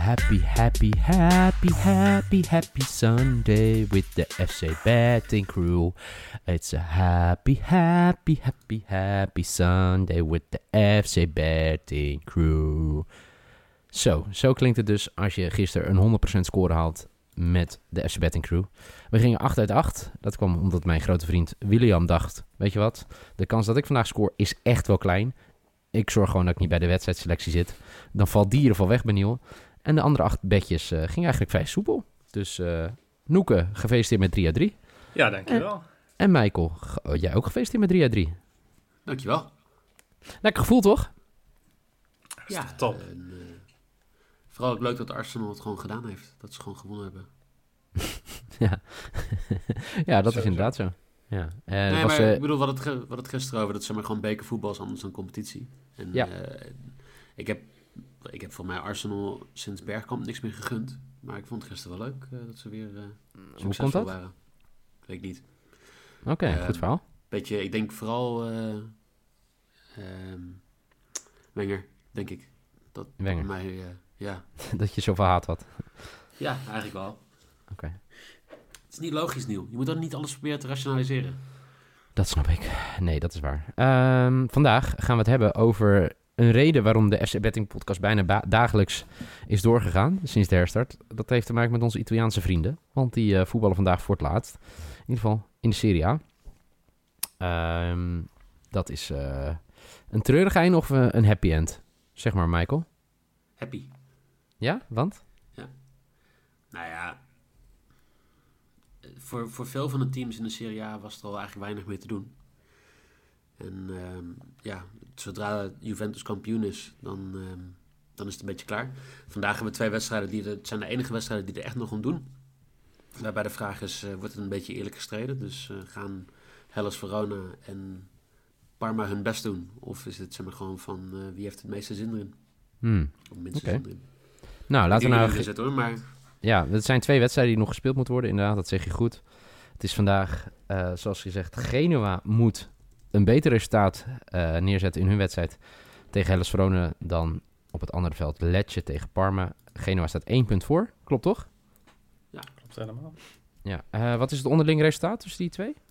happy Sunday with the FC Betting Crew. It's a happy Sunday with the FC Betting Crew. Zo klinkt het dus als je gisteren een 100% score haalt met de FC Betting Crew. We gingen 8 uit 8. Dat kwam omdat mijn grote vriend William dacht, weet je wat, de kans dat ik vandaag score is echt wel klein. Ik zorg gewoon dat ik niet bij de wedstrijdselectie zit. Dan valt die in ieder geval weg bij Niel. En de andere 8 bedjes gingen eigenlijk vrij soepel. Dus Noeke, gefeliciteerd met 3 uit 3. Ja, dankjewel. En Michael, jij ook gefeliciteerd met 3 uit 3. Dankjewel. Lekker gevoel, toch? Ja, top. Vooral ook leuk dat Arsenal het gewoon gedaan heeft. Dat ze gewoon gewonnen hebben. Ja, dat is inderdaad zo. Ja. Nee, maar ik bedoel, wat het gisteren over, dat zeg maar gewoon bekervoetbal is anders dan competitie. En ja. Ik heb voor mij Arsenal sinds Bergkamp niks meer gegund. Maar ik vond het gisteren wel leuk dat ze weer succesvol waren. Weet ik niet. Oké, goed verhaal. Beetje, ik denk vooral Wenger, denk ik. Dat Wenger. Voor mij, ja. Dat je zoveel haat had. Ja, eigenlijk wel. Oké. Het is niet logisch, Niel. Je moet dan niet alles proberen te rationaliseren. Dat snap ik. Nee, dat is waar. Vandaag gaan we het hebben over een reden waarom de FC Betting podcast bijna dagelijks is doorgegaan sinds de herstart. Dat heeft te maken met onze Italiaanse vrienden. Want die voetballen vandaag voor het laatst. In ieder geval in de Serie A. Dat is een treurig einde of een happy end? Zeg maar, Michael. Happy. Ja, want? Ja. Nou ja, voor veel van de teams in de Serie A was er al eigenlijk weinig meer te doen. En zodra Juventus kampioen is, dan is het een beetje klaar. Vandaag hebben we 2 wedstrijden, het zijn de enige wedstrijden die er echt nog om doen. Daarbij de vraag is, wordt het een beetje eerlijk gestreden? Dus gaan Hellas Verona en Parma hun best doen? Of is het zeg maar gewoon van wie heeft het meeste zin erin? Of minste zin erin? Nou, laten we nou... Zetten, hoor, maar... Ja, het zijn 2 wedstrijden die nog gespeeld moeten worden. Inderdaad, dat zeg je goed. Het is vandaag, zoals gezegd, Genoa moet een beter resultaat neerzetten in hun wedstrijd tegen Hellas Verona dan op het andere veld Lecce tegen Parma. Genoa staat 1 punt voor. Klopt toch? Ja, klopt helemaal. Ja. Wat is het onderling resultaat tussen die 2?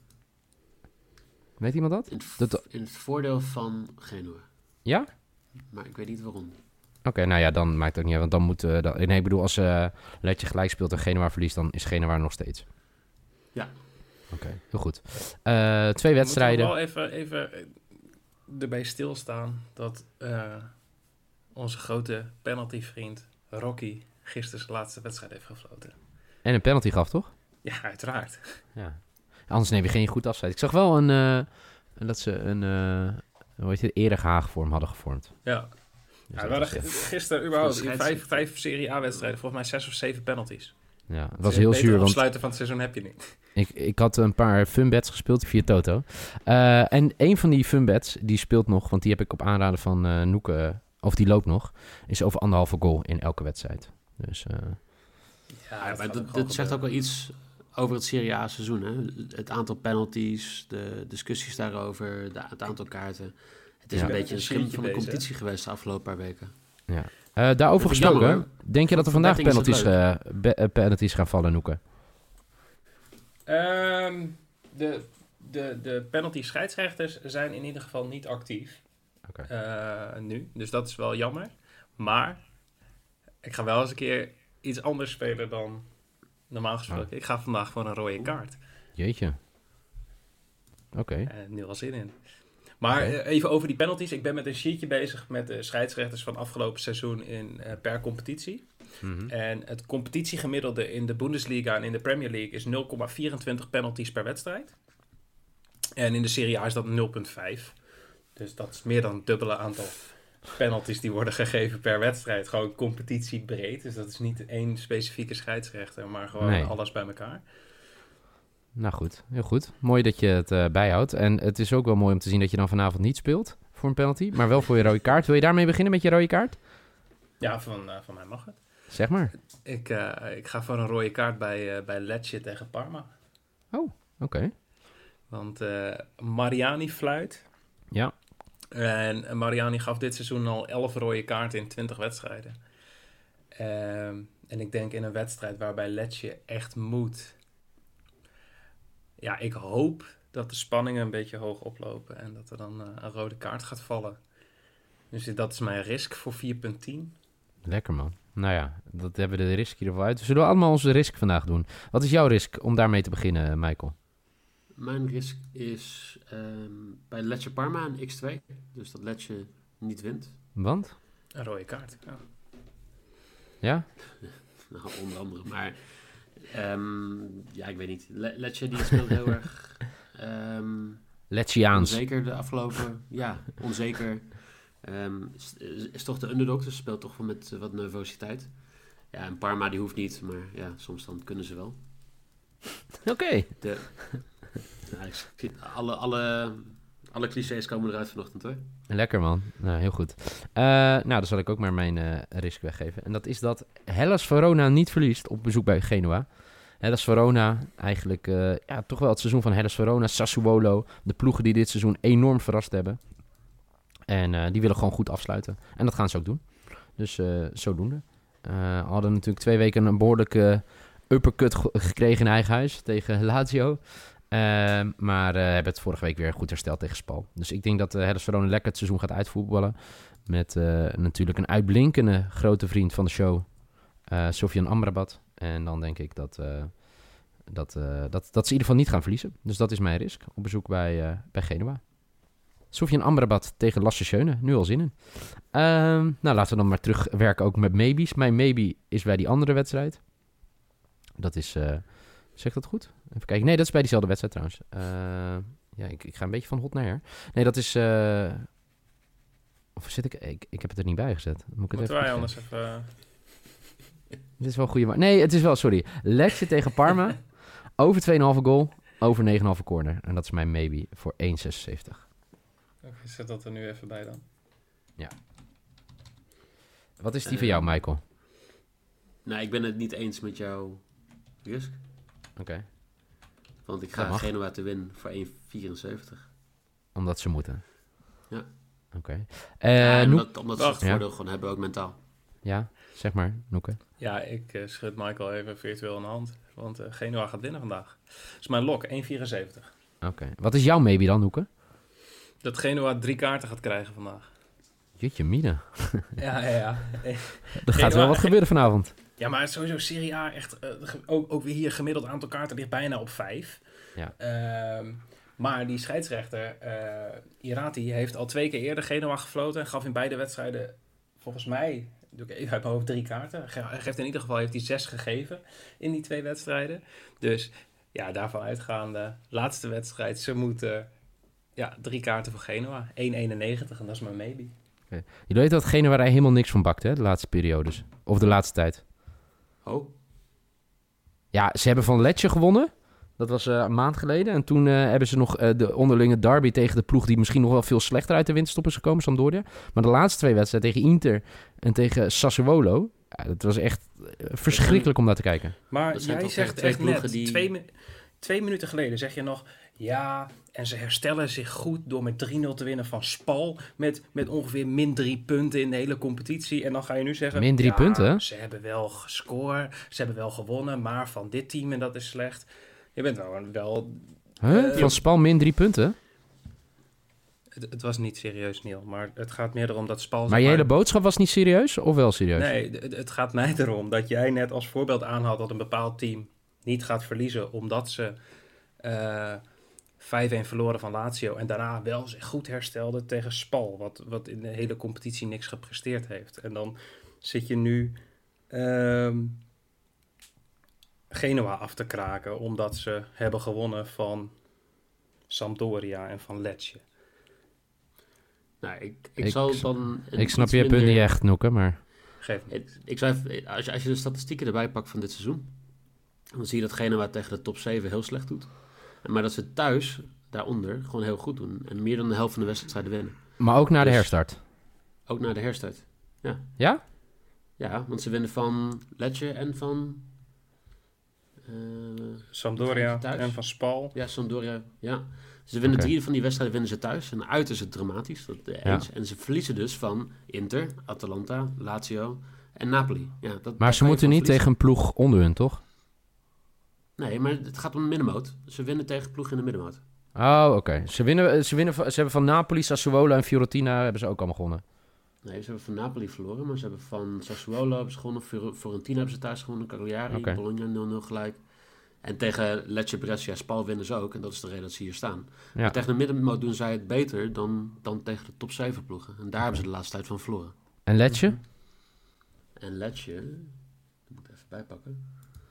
Weet iemand dat? In het voordeel van Genoa. Ja? Maar ik weet niet waarom. Oké, nou ja, dan maakt het ook niet uit. Want dan moet... nee, ik bedoel, als Lecce gelijk speelt en Genoa verliest, dan is Genoa nog steeds. Ja. Oké, heel goed. 2 wedstrijden. We moeten wel even erbij stilstaan dat onze grote penaltyvriend Rocky gisteren zijn laatste wedstrijd heeft gefloten. En een penalty gaf, toch? Ja, uiteraard. Ja. Anders neem je geen goed afscheid. Ik zag wel dat ze een erige haagvorm hadden gevormd. Ja. Dus we hadden gisteren überhaupt in 5 Serie A-wedstrijden volgens mij 6 of 7 penalties. Ja, het was heel zuur. Want afsluiten van het seizoen heb je niet. Ik had een paar funbets gespeeld via Toto. En een van die funbets, die speelt nog, want die heb ik op aanraden van Noeke, of die loopt nog, is over 1,5 goal in elke wedstrijd. Dus, maar dit zegt ook wel iets over het Serie A-seizoen. Hè? Het aantal penalties, de discussies daarover, het aantal kaarten. Het is een beetje een schim van de competitie geweest de afgelopen paar weken. Ja. Daarover gesproken, denk je dat er vandaag penalties gaan vallen, Noeke? De penalty scheidsrechters zijn in ieder geval niet actief. Nu. Dus dat is wel jammer. Maar ik ga wel eens een keer iets anders spelen dan normaal gesproken. Ik ga vandaag voor een rode kaart. Jeetje. Oké. Nu al zin in. Maar even over die penalties. Ik ben met een sheetje bezig met de scheidsrechters van afgelopen seizoen per competitie. Mm-hmm. En het competitiegemiddelde in de Bundesliga en in de Premier League is 0,24 penalties per wedstrijd. En in de Serie A is dat 0,5. Dus dat is meer dan het dubbele aantal penalties die worden gegeven per wedstrijd. Gewoon competitiebreed. Dus dat is niet één specifieke scheidsrechter, maar gewoon alles bij elkaar. Nou goed, heel goed. Mooi dat je het bijhoudt. En het is ook wel mooi om te zien dat je dan vanavond niet speelt voor een penalty, maar wel voor je rode kaart. Wil je daarmee beginnen met je rode kaart? Ja, van mij mag het. Zeg maar. Ik ga voor een rode kaart bij Lecce tegen Parma. Oh, oké. Want Mariani fluit. Ja. En Mariani gaf dit seizoen al 11 rode kaarten in 20 wedstrijden. En ik denk in een wedstrijd waarbij Lecce echt moet. Ja, ik hoop dat de spanningen een beetje hoog oplopen en dat er dan een rode kaart gaat vallen. Dus dat is mijn risk voor 4,10. Lekker, man. Nou ja, dat hebben we de risk in ieder geval uit. We zullen allemaal onze risk vandaag doen. Wat is jouw risk om daarmee te beginnen, Michael? Mijn risk is bij Lecce Parma een x2. Dus dat Lecce niet wint. Want? Een rode kaart, ja. Ja? Nou, onder andere. Maar ja, ik weet niet. Lecce die speelt heel erg Lecciaans. onzeker de afgelopen... Ja, onzeker. Is toch de underdog, dus speelt toch wel met wat nervositeit. Ja, en Parma die hoeft niet, maar ja, soms dan kunnen ze wel. Oké. Alle clichés komen eruit vanochtend, hoor. Lekker, man. Nou, heel goed. Dan zal ik ook maar mijn risk weggeven. En dat is dat Hellas Verona niet verliest op bezoek bij Genoa. Hellas Verona, eigenlijk toch wel het seizoen van Hellas Verona, Sassuolo. De ploegen die dit seizoen enorm verrast hebben. En die willen gewoon goed afsluiten. En dat gaan ze ook doen. Dus zodoende. Hadden natuurlijk 2 weken een behoorlijke uppercut gekregen in eigen huis tegen Lazio. Maar hebben het vorige week weer goed hersteld tegen Spal. Dus ik denk dat Hellas Verona lekker het seizoen gaat uitvoetballen. Met natuurlijk een uitblinkende grote vriend van de show, Sofian Amrabat. En dan denk ik dat ze in ieder geval niet gaan verliezen. Dus dat is mijn risk op bezoek bij Genoa. Sofian Amrabat tegen Lasse Schöne. Nu al zin in. Laten we dan maar terugwerken ook met maybes. Mijn maybe is bij die andere wedstrijd. Dat is... zeg dat goed? Even kijken. Nee, dat is bij diezelfde wedstrijd trouwens. Ik ga een beetje van hot naar her. Nee, dat is... Of zit ik... Ik heb het er niet bij gezet. Moeten wij anders even... Dit is wel een goede... Nee, het is wel... Sorry. Lecce tegen Parma. Over 2,5 goal. Over 9,5 corner. En dat is mijn maybe voor 1,76. Oké, zet dat er nu even bij dan. Ja. Wat is die voor jou, Michael? Nou, ik ben het niet eens met jouw risk. Oké. Want ik ga Genoa te winnen voor 1,74. Omdat ze moeten? Ja. Oké. Omdat ze het voordeel gewoon hebben, ook mentaal. Ja, zeg maar, Noeke. Ja, ik schud Michael even virtueel in de hand. Want Genoa gaat winnen vandaag. Dus mijn lok, 1,74. Oké. Wat is jouw maybe dan, Noeke? Dat Genoa 3 kaarten gaat krijgen vandaag. Jutje mine. Ja. Er gaat wel wat gebeuren vanavond. Ja, maar sowieso Serie A echt... ook weer hier gemiddeld aantal kaarten ligt bijna op 5. Ja. Maar die scheidsrechter, Irati, heeft al 2 keer eerder Genoa gefloten. En gaf in beide wedstrijden, volgens mij, doe ik even uit mijn hoofd, 3 kaarten. Hij geeft in ieder geval heeft hij 6 gegeven in die 2 wedstrijden. Dus ja, daarvan uitgaande, laatste wedstrijd, ze moeten 3 kaarten voor Genoa. 1,91 en dat is mijn maybe. Okay. Jullie weten dat Genoa er helemaal niks van bakt, hè? De laatste periodes. Of de laatste tijd. Oh. Ja, ze hebben van Lecce gewonnen. Dat was een maand geleden. En toen hebben ze nog de onderlinge derby tegen de ploeg die misschien nog wel veel slechter uit de winterstop is gekomen, Sampdoria. Maar de laatste 2 wedstrijden tegen Inter en tegen Sassuolo, dat was echt verschrikkelijk om naar te kijken. Maar jij zegt echt net, 2 minuten geleden zeg je nog, ja, en ze herstellen zich goed door met 3-0 te winnen van Spal. Met ongeveer min 3 punten in de hele competitie. En dan ga je nu zeggen... Min 3 punten? Ze hebben wel gescoord, ze hebben wel gewonnen, maar van dit team en dat is slecht. Je bent wel van Spal min 3 punten? Het was niet serieus, Neil. Maar het gaat meer erom dat Spal... Maar je hele boodschap was niet serieus? Of wel serieus? Nee, het gaat mij erom dat jij net als voorbeeld aanhaalt dat een bepaald team niet gaat verliezen omdat ze 5-1 verloren van Lazio en daarna wel zich goed herstelde tegen Spal, wat in de hele competitie niks gepresteerd heeft. En dan zit je nu Genoa af te kraken omdat ze hebben gewonnen van Sampdoria en van Lecce. Nou, ik snap je punt niet echt, Noeke, maar... Als je de statistieken erbij pakt van dit seizoen, dan zie je dat Genoa tegen de top 7 heel slecht doet. Maar dat ze thuis, daaronder, gewoon heel goed doen. En meer dan de helft van de wedstrijden winnen. Maar ook na de herstart? Ook na de herstart, ja. Ja? Ja, want ze winnen van Lecce en van... Sampdoria en van Spal. Ja, Sampdoria, ja. Ze winnen 3 van die wedstrijden winnen ze thuis. En uit is het dramatisch, dat eens. En ze verliezen dus van Inter, Atalanta, Lazio En Napoli. Ja, Maar ze moeten niet tegen een ploeg onder hun, toch? Nee, maar het gaat om de middenmoot. Ze winnen tegen ploeg in de middenmoot. Oh, oké. Ze hebben van Napoli, Sassuolo en Fiorentina hebben ze ook allemaal gewonnen. Nee, ze hebben van Napoli verloren, maar ze hebben van Sassuolo hebben ze gewonnen, Fiorentina hebben ze thuis gewonnen, Cagliari, Bologna 0-0 gelijk. En tegen Lecce, Brescia, Spal winnen ze ook, en dat is de reden dat ze hier staan. Ja. Maar tegen de middenmoot doen zij het beter dan tegen de top 7 ploegen. En daar hebben ze de laatste tijd van verloren. En Lecce? En Lecce, dat moet ik even bijpakken.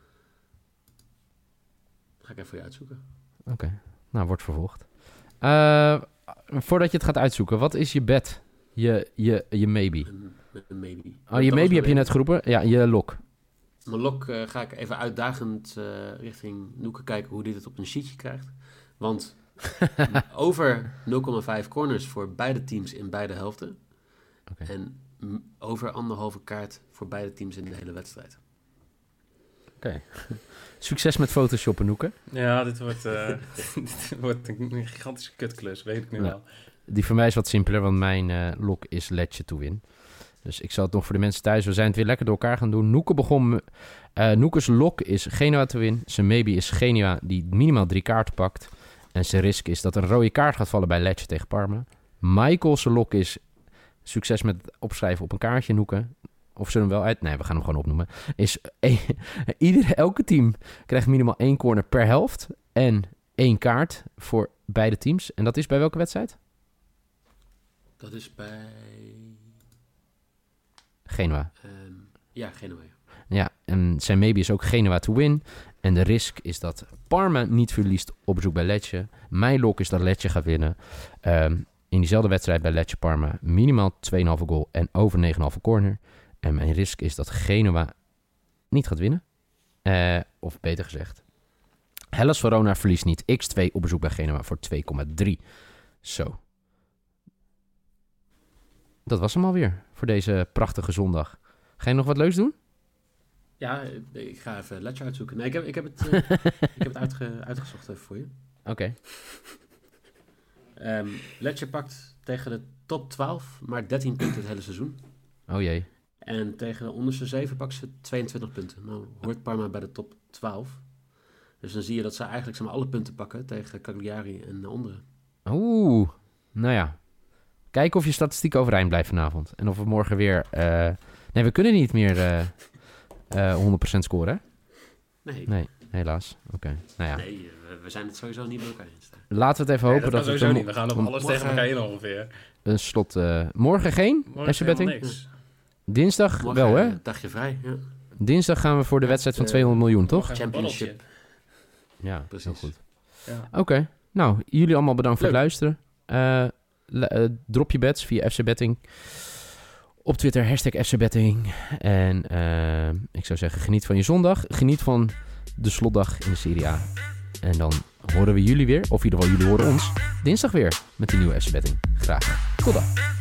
Dat ga ik even voor je uitzoeken. Oké, nou, wordt vervolgd. Voordat je het gaat uitzoeken, wat is je bet? Je maybe. Een maybe. Oh, je maybe heb je net geroepen? Ja, je lock. Mijn lock ga ik even uitdagend richting Noeke kijken hoe die het op een sheetje krijgt. Want over 0,5 corners voor beide teams in beide helften. Okay. En over 1,5 kaart voor beide teams in de hele wedstrijd. Oké. Succes met photoshoppen, Noeke. Ja, dit wordt een gigantische kutklus, weet ik nu wel. Die voor mij is wat simpeler, want mijn lock is Lecce to win. Dus ik zal het nog voor de mensen thuis. We zijn het weer lekker door elkaar gaan doen. Noekes lock is Genoa to win. Zijn maybe is Genoa die minimaal 3 kaarten pakt. En zijn risk is dat er een rode kaart gaat vallen bij Lecce tegen Parma. Michael's lock is succes met het opschrijven op een kaartje, Noeke. Of zullen we hem wel uit... Nee, we gaan hem gewoon opnoemen. Elke team krijgt minimaal 1 corner per helft. En 1 kaart voor beide teams. En dat is bij welke wedstrijd? Dat is bij... Genoa. Ja, Genoa. Ja, en zijn maybe is ook Genoa to win. En de risk is dat Parma niet verliest op bezoek bij Lecce. Mijn lock is dat Lecce gaat winnen. In diezelfde wedstrijd bij Lecce-Parma minimaal 2,5 goal en over 9,5 corner. En mijn risk is dat Genoa niet gaat winnen. Of beter gezegd, Hellas Verona verliest niet. X2 op bezoek bij Genoa voor 2,3. Zo. Dat was hem alweer voor deze prachtige zondag. Ga je nog wat leuks doen? Ja, ik ga even Lecce uitzoeken. Nee, ik heb het uitgezocht even voor je. Oké. Lecce pakt tegen de top 12 maar 13 punten het hele seizoen. Oh jee. En tegen de onderste 7 pakken ze 22 punten. Nou hoort Parma bij de top 12. Dus dan zie je dat ze eigenlijk alle punten pakken tegen Cagliari en de onderen. Oeh, nou ja. Kijken of je statistiek overeind blijft vanavond. En of we morgen weer... Nee, we kunnen niet meer 100% scoren, hè? Nee, helaas. Oké. Nou ja. Nee, we zijn het sowieso niet met elkaar eens. Laten we het even hopen dat het... Sowieso niet. We gaan op alles tegen elkaar in ongeveer. Een slot... morgen geen FC Betting? Niks. Dinsdag morgen, wel, hè? Dagje vrij, ja. Dinsdag gaan we voor de wedstrijd van 200 miljoen, toch? Championship. Ja, precies. heel goed. Ja. Oké. Nou, jullie allemaal bedankt voor het luisteren. Drop je bets via FC Betting. Op Twitter, #FC Betting. En ik zou zeggen, geniet van je zondag. Geniet van de slotdag in de Serie A. En dan horen we jullie weer, of in ieder geval jullie horen ons, dinsdag weer met de nieuwe FC Betting. Graag. Tot dan.